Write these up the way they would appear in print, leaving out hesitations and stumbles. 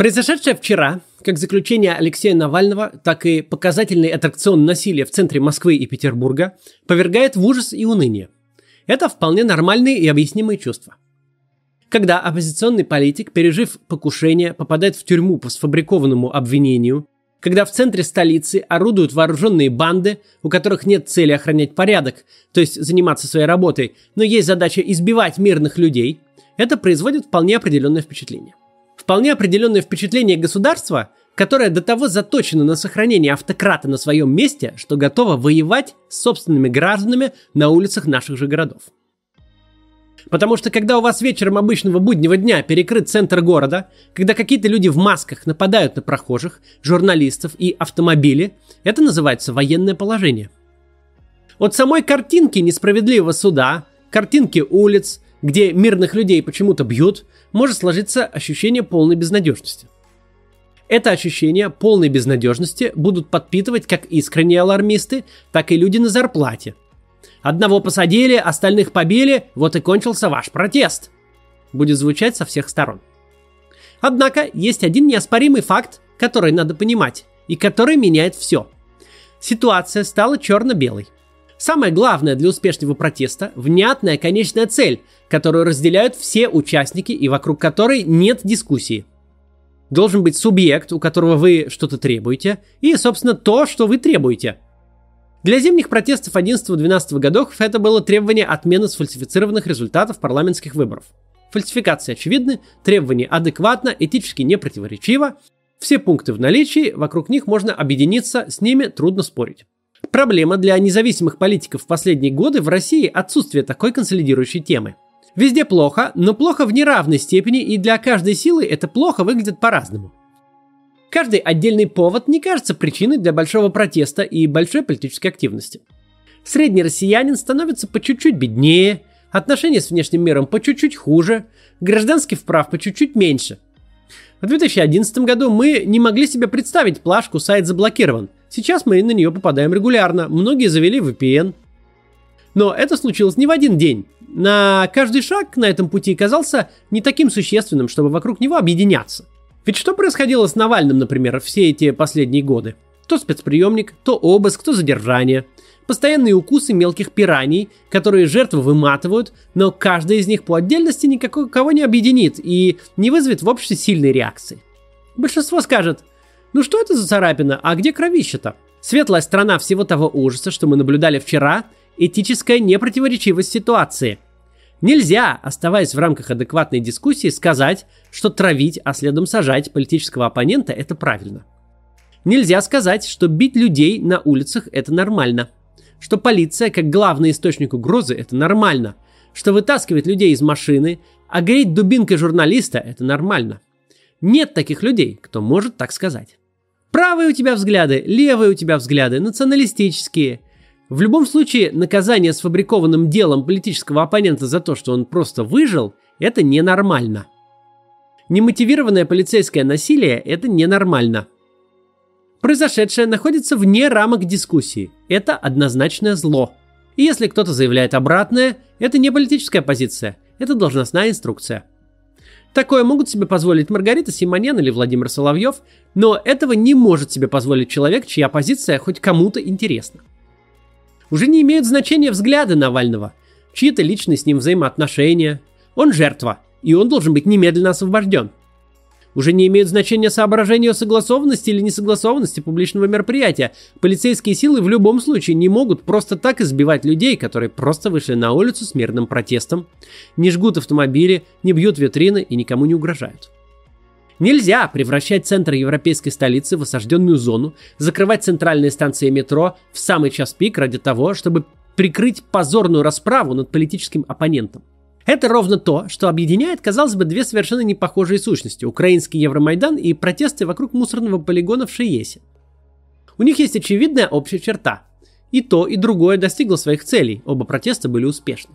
Произошедшее вчера, как заключение Алексея Навального, так и показательный аттракцион насилия в центре Москвы и Петербурга, повергает в ужас и уныние. Это вполне нормальные и объяснимые чувства. Когда оппозиционный политик, пережив покушение, попадает в тюрьму по сфабрикованному обвинению, когда в центре столицы орудуют вооруженные банды, у которых нет цели охранять порядок, то есть заниматься своей работой, но есть задача избивать мирных людей, это производит вполне определенное впечатление. Вполне определенное впечатление государства, которое до того заточено на сохранение автократа на своем месте, что готово воевать с собственными гражданами на улицах наших же городов. Потому что когда у вас вечером обычного буднего дня перекрыт центр города, когда какие-то люди в масках нападают на прохожих, журналистов и автомобили, это называется военное положение. От самой картинки несправедливого суда, картинки улиц, где мирных людей почему-то бьют, может сложиться ощущение полной безнадежности. Это ощущение полной безнадежности будут подпитывать как искренние алармисты, так и люди на зарплате. Одного посадили, остальных побили, вот и кончился ваш протест. Будет звучать со всех сторон. Однако есть один неоспоримый факт, который надо понимать, и который меняет все. Ситуация стала черно-белой. Самое главное для успешного протеста – внятная конечная цель, которую разделяют все участники и вокруг которой нет дискуссии. Должен быть субъект, у которого вы что-то требуете, и, собственно, то, что вы требуете. Для зимних протестов 11-12 годов это было требование отмены сфальсифицированных результатов парламентских выборов. Фальсификации очевидны, требования адекватно, этически непротиворечиво, все пункты в наличии, вокруг них можно объединиться, с ними трудно спорить. Проблема для независимых политиков в последние годы в России – отсутствие такой консолидирующей темы. Везде плохо, но плохо в неравной степени, и для каждой силы это плохо выглядит по-разному. Каждый отдельный повод не кажется причиной для большого протеста и большой политической активности. Средний россиянин становится по чуть-чуть беднее, отношения с внешним миром по чуть-чуть хуже, гражданских прав по чуть-чуть меньше. В 2011 году мы не могли себе представить плашку «Сайт заблокирован». Сейчас мы на нее попадаем регулярно, многие завели VPN. Но это случилось не в один день. Каждый шаг на этом пути казался не таким существенным, чтобы вокруг него объединяться. Ведь что происходило с Навальным, например, все эти последние годы? То спецприемник, то обыск, то задержание. Постоянные укусы мелких пираний, которые жертвы выматывают, но каждая из них по отдельности никого не объединит и не вызовет в обществе сильной реакции. Большинство скажет: ну что это за царапина, а где кровище-то? Светлая сторона всего того ужаса, что мы наблюдали вчера, этическая непротиворечивость ситуации. Нельзя, оставаясь в рамках адекватной дискуссии, сказать, что травить, а следом сажать политического оппонента – это правильно. Нельзя сказать, что бить людей на улицах – это нормально. Что полиция, как главный источник угрозы – это нормально. Что вытаскивать людей из машины, а греть дубинкой журналиста – это нормально. Нет таких людей, кто может так сказать. Правые у тебя взгляды, левые у тебя взгляды, националистические. В любом случае, наказание сфабрикованным делом политического оппонента за то, что он просто выжил, это ненормально. Немотивированное полицейское насилие – это ненормально. Произошедшее находится вне рамок дискуссии. Это однозначное зло. И если кто-то заявляет обратное, это не политическая позиция, это должностная инструкция. Такое могут себе позволить Маргарита Симонян или Владимир Соловьев, но этого не может себе позволить человек, чья позиция хоть кому-то интересна. Уже не имеют значения взгляды Навального, чьи-то личные с ним взаимоотношения. Он жертва, и он должен быть немедленно освобожден. Уже не имеют значения соображения о согласованности или несогласованности публичного мероприятия. Полицейские силы в любом случае не могут просто так избивать людей, которые просто вышли на улицу с мирным протестом, не жгут автомобили, не бьют витрины и никому не угрожают. Нельзя превращать центр европейской столицы в осажденную зону, закрывать центральные станции метро в самый час пик ради того, чтобы прикрыть позорную расправу над политическим оппонентом. Это ровно то, что объединяет, казалось бы, две совершенно непохожие сущности – украинский Евромайдан и протесты вокруг мусорного полигона в Шиесе. У них есть очевидная общая черта. И то, и другое достигло своих целей, оба протеста были успешны.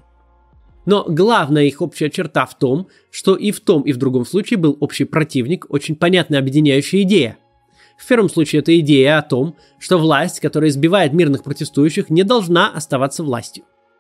Но главная их общая черта в том, что и в том, и в другом случае был общий противник, очень понятная объединяющая идея. В первом случае это идея о том, что власть, которая избивает мирных протестующих, не должна оставаться властью.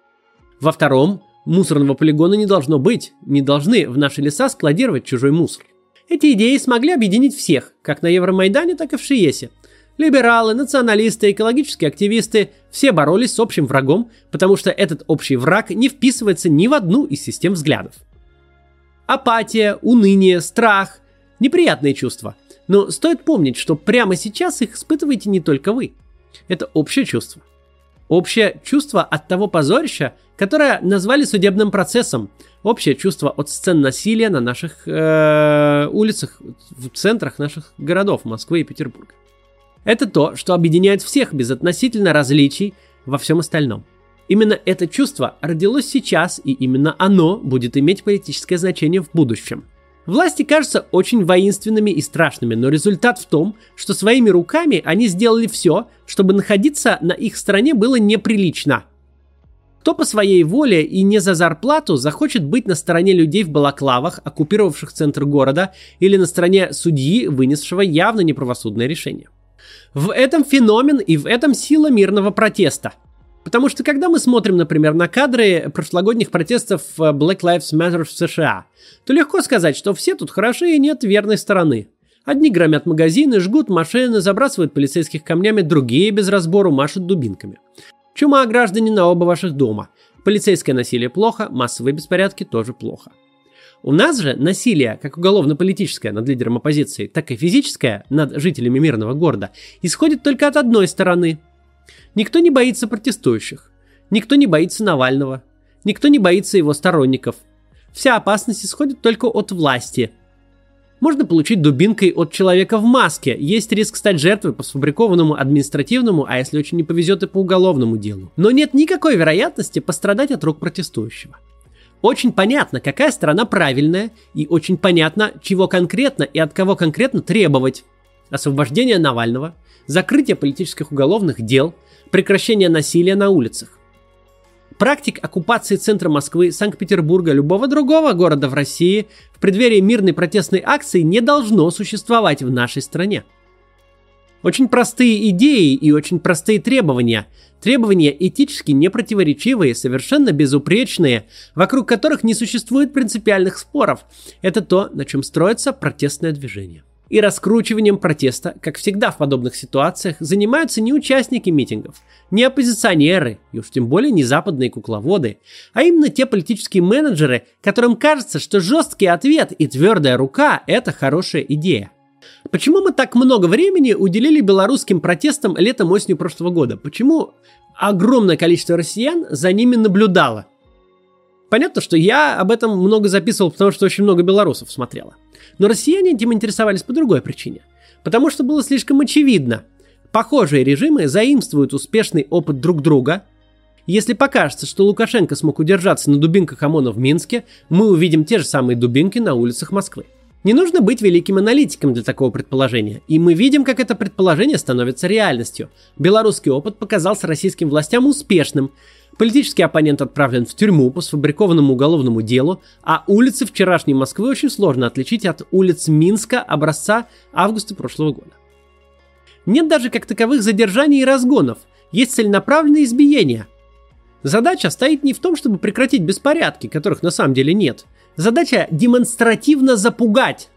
Во втором, мусорного полигона не должно быть, не должны в наши леса складировать чужой мусор. Эти идеи смогли объединить всех, как на Евромайдане, так и в ШИЕСе. Либералы, националисты, экологические активисты – все боролись с общим врагом, потому что этот общий враг не вписывается ни в одну из систем взглядов. Апатия, уныние, страх – неприятные чувства. Но стоит помнить, что прямо сейчас их испытываете не только вы. Это общее чувство. Общее чувство от того позорища, которое назвали судебным процессом. Общее чувство от сцен насилия на наших улицах, в центрах наших городов Москвы и Петербурга. Это то, что объединяет всех без относительно различий во всем остальном. Именно это чувство родилось сейчас, и именно оно будет иметь политическое значение в будущем. Власти кажутся очень воинственными и страшными, но результат в том, что своими руками они сделали все, чтобы находиться на их стороне было неприлично. Кто по своей воле и не за зарплату захочет быть на стороне людей в балаклавах, оккупировавших центр города, или на стороне судьи, вынесшего явно неправосудное решение? В этом феномен и в этом сила мирного протеста. Потому что когда мы смотрим, например, на кадры прошлогодних протестов Black Lives Matter в США, то легко сказать, что все тут хороши и нет верной стороны. Одни громят магазины, жгут машины, забрасывают полицейских камнями, другие без разбору машут дубинками. Чума, граждане, на оба ваших дома. Полицейское насилие плохо, массовые беспорядки тоже плохо. У нас же насилие, как уголовно-политическое над лидером оппозиции, так и физическое над жителями мирного города, исходит только от одной стороны. Никто не боится протестующих. Никто не боится Навального. Никто не боится его сторонников. Вся опасность исходит только от власти. Можно получить дубинкой от человека в маске. Есть риск стать жертвой по сфабрикованному административному, а если очень не повезет, и по уголовному делу. Но нет никакой вероятности пострадать от рук протестующего. Очень понятно, какая сторона правильная, и очень понятно, чего конкретно и от кого конкретно требовать. Освобождение Навального, закрытие политических уголовных дел, прекращение насилия на улицах. Практик оккупации центра Москвы, Санкт-Петербурга, любого другого города в России в преддверии мирной протестной акции не должно существовать в нашей стране. Очень простые идеи и очень простые требования. Требования этически непротиворечивые, совершенно безупречные, вокруг которых не существует принципиальных споров. Это то, на чем строится протестное движение. И раскручиванием протеста, как всегда в подобных ситуациях, занимаются не участники митингов, не оппозиционеры, и уж тем более не западные кукловоды, а именно те политические менеджеры, которым кажется, что жесткий ответ и твердая рука – это хорошая идея. Почему мы так много времени уделили белорусским протестам летом-осенью прошлого года? Почему огромное количество россиян за ними наблюдало? Понятно, что я об этом много записывал, потому что очень много белорусов смотрело. Но россияне этим интересовались по другой причине. Потому что было слишком очевидно. Похожие режимы заимствуют успешный опыт друг друга. Если покажется, что Лукашенко смог удержаться на дубинках ОМОНа в Минске, мы увидим те же самые дубинки на улицах Москвы. Не нужно быть великим аналитиком для такого предположения, и мы видим, как это предположение становится реальностью. Белорусский опыт показался российским властям успешным. Политический оппонент отправлен в тюрьму по сфабрикованному уголовному делу, а улицы вчерашней Москвы очень сложно отличить от улиц Минска образца августа прошлого года. Нет даже как таковых задержаний и разгонов, есть целенаправленные избиения. Задача стоит не в том, чтобы прекратить беспорядки, которых на самом деле нет. Задача демонстративно запугать.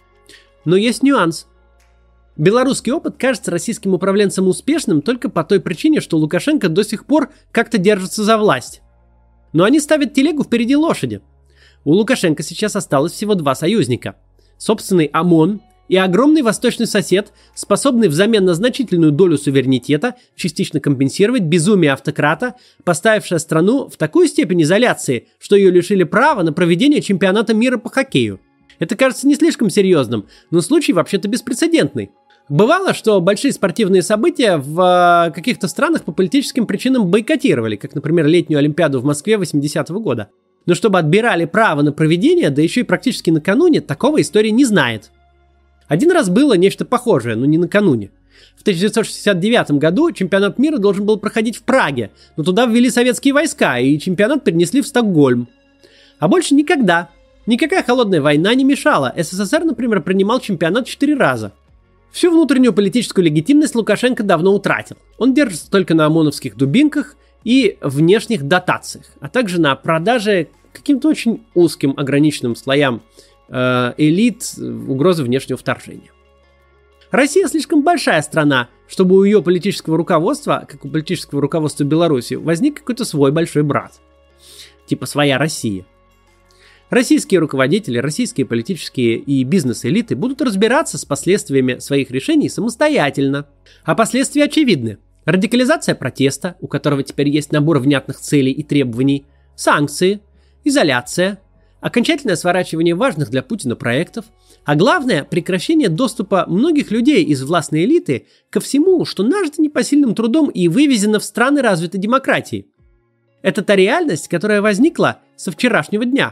Но есть нюанс. Белорусский опыт кажется российским управленцам успешным только по той причине, что Лукашенко до сих пор как-то держится за власть. Но они ставят телегу впереди лошади. У Лукашенко сейчас осталось всего два союзника. Собственный ОМОН и огромный восточный сосед, способный взамен на значительную долю суверенитета частично компенсировать безумие автократа, поставившее страну в такую степень изоляции, что ее лишили права на проведение чемпионата мира по хоккею. Это кажется не слишком серьезным, но случай вообще-то беспрецедентный. Бывало, что большие спортивные события в каких-то странах по политическим причинам бойкотировали, как, например, летнюю Олимпиаду в Москве 80-го года. Но чтобы отбирали право на проведение, да еще и практически накануне, такого история не знает. Один раз было нечто похожее, но не накануне. В 1969 году чемпионат мира должен был проходить в Праге, но туда ввели советские войска, и чемпионат перенесли в Стокгольм. А больше никогда. Никакая холодная война не мешала. СССР, например, принимал чемпионат 4 раза. Всю внутреннюю политическую легитимность Лукашенко давно утратил. Он держится только на ОМОНовских дубинках и внешних дотациях, а также на продаже каким-то очень узким ограниченным слоям элит угрозы внешнего вторжения. Россия слишком большая страна, чтобы у ее политического руководства, как у политического руководства Беларуси, возник какой-то свой большой брат. Типа своя Россия. Российские руководители, российские политические и бизнес-элиты будут разбираться с последствиями своих решений самостоятельно. А последствия очевидны. Радикализация протеста, у которого теперь есть набор внятных целей и требований, санкции, изоляция, окончательное сворачивание важных для Путина проектов, а главное – прекращение доступа многих людей из властной элиты ко всему, что нажито непосильным трудом и вывезено в страны развитой демократии. Это та реальность, которая возникла со вчерашнего дня.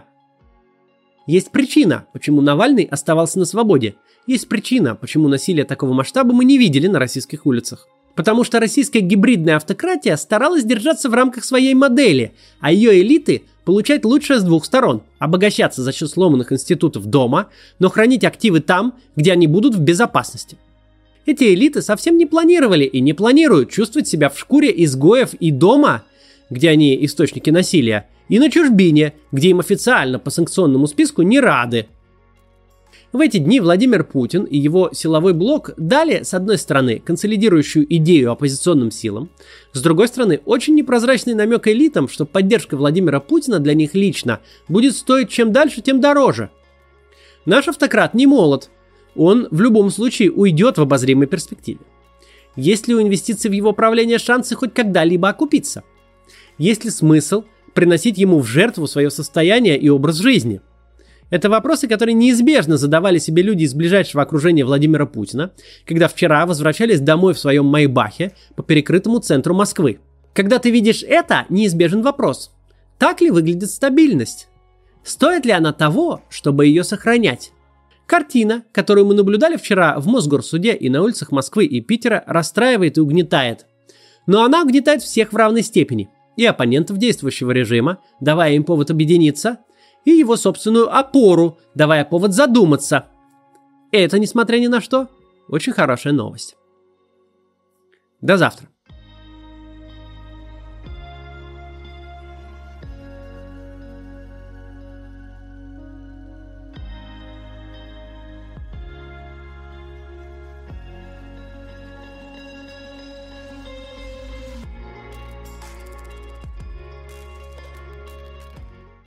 Есть причина, почему Навальный оставался на свободе. Есть причина, почему насилие такого масштаба мы не видели на российских улицах. Потому что российская гибридная автократия старалась держаться в рамках своей модели, а ее элиты получать лучшее с двух сторон – обогащаться за счет сломанных институтов дома, но хранить активы там, где они будут в безопасности. Эти элиты совсем не планировали и не планируют чувствовать себя в шкуре изгоев и дома, где они источники насилия, и на чужбине, где им официально по санкционному списку не рады. В эти дни Владимир Путин и его силовой блок дали, с одной стороны, консолидирующую идею оппозиционным силам, с другой стороны, очень непрозрачный намек элитам, что поддержка Владимира Путина для них лично будет стоить чем дальше, тем дороже. Наш автократ не молод, он в любом случае уйдет в обозримой перспективе. Есть ли у инвестиций в его правление шансы хоть когда-либо окупиться? Есть ли смысл приносить ему в жертву свое состояние и образ жизни? Это вопросы, которые неизбежно задавали себе люди из ближайшего окружения Владимира Путина, когда вчера возвращались домой в своем Майбахе по перекрытому центру Москвы. Когда ты видишь это, неизбежен вопрос: так ли выглядит стабильность? Стоит ли она того, чтобы ее сохранять? Картина, которую мы наблюдали вчера в Мосгорсуде и на улицах Москвы и Питера, расстраивает и угнетает. Но она угнетает всех в равной степени. И оппонентов действующего режима, давая им повод объединиться, и его собственную опору, давая повод задуматься. И это, несмотря ни на что, очень хорошая новость. До завтра.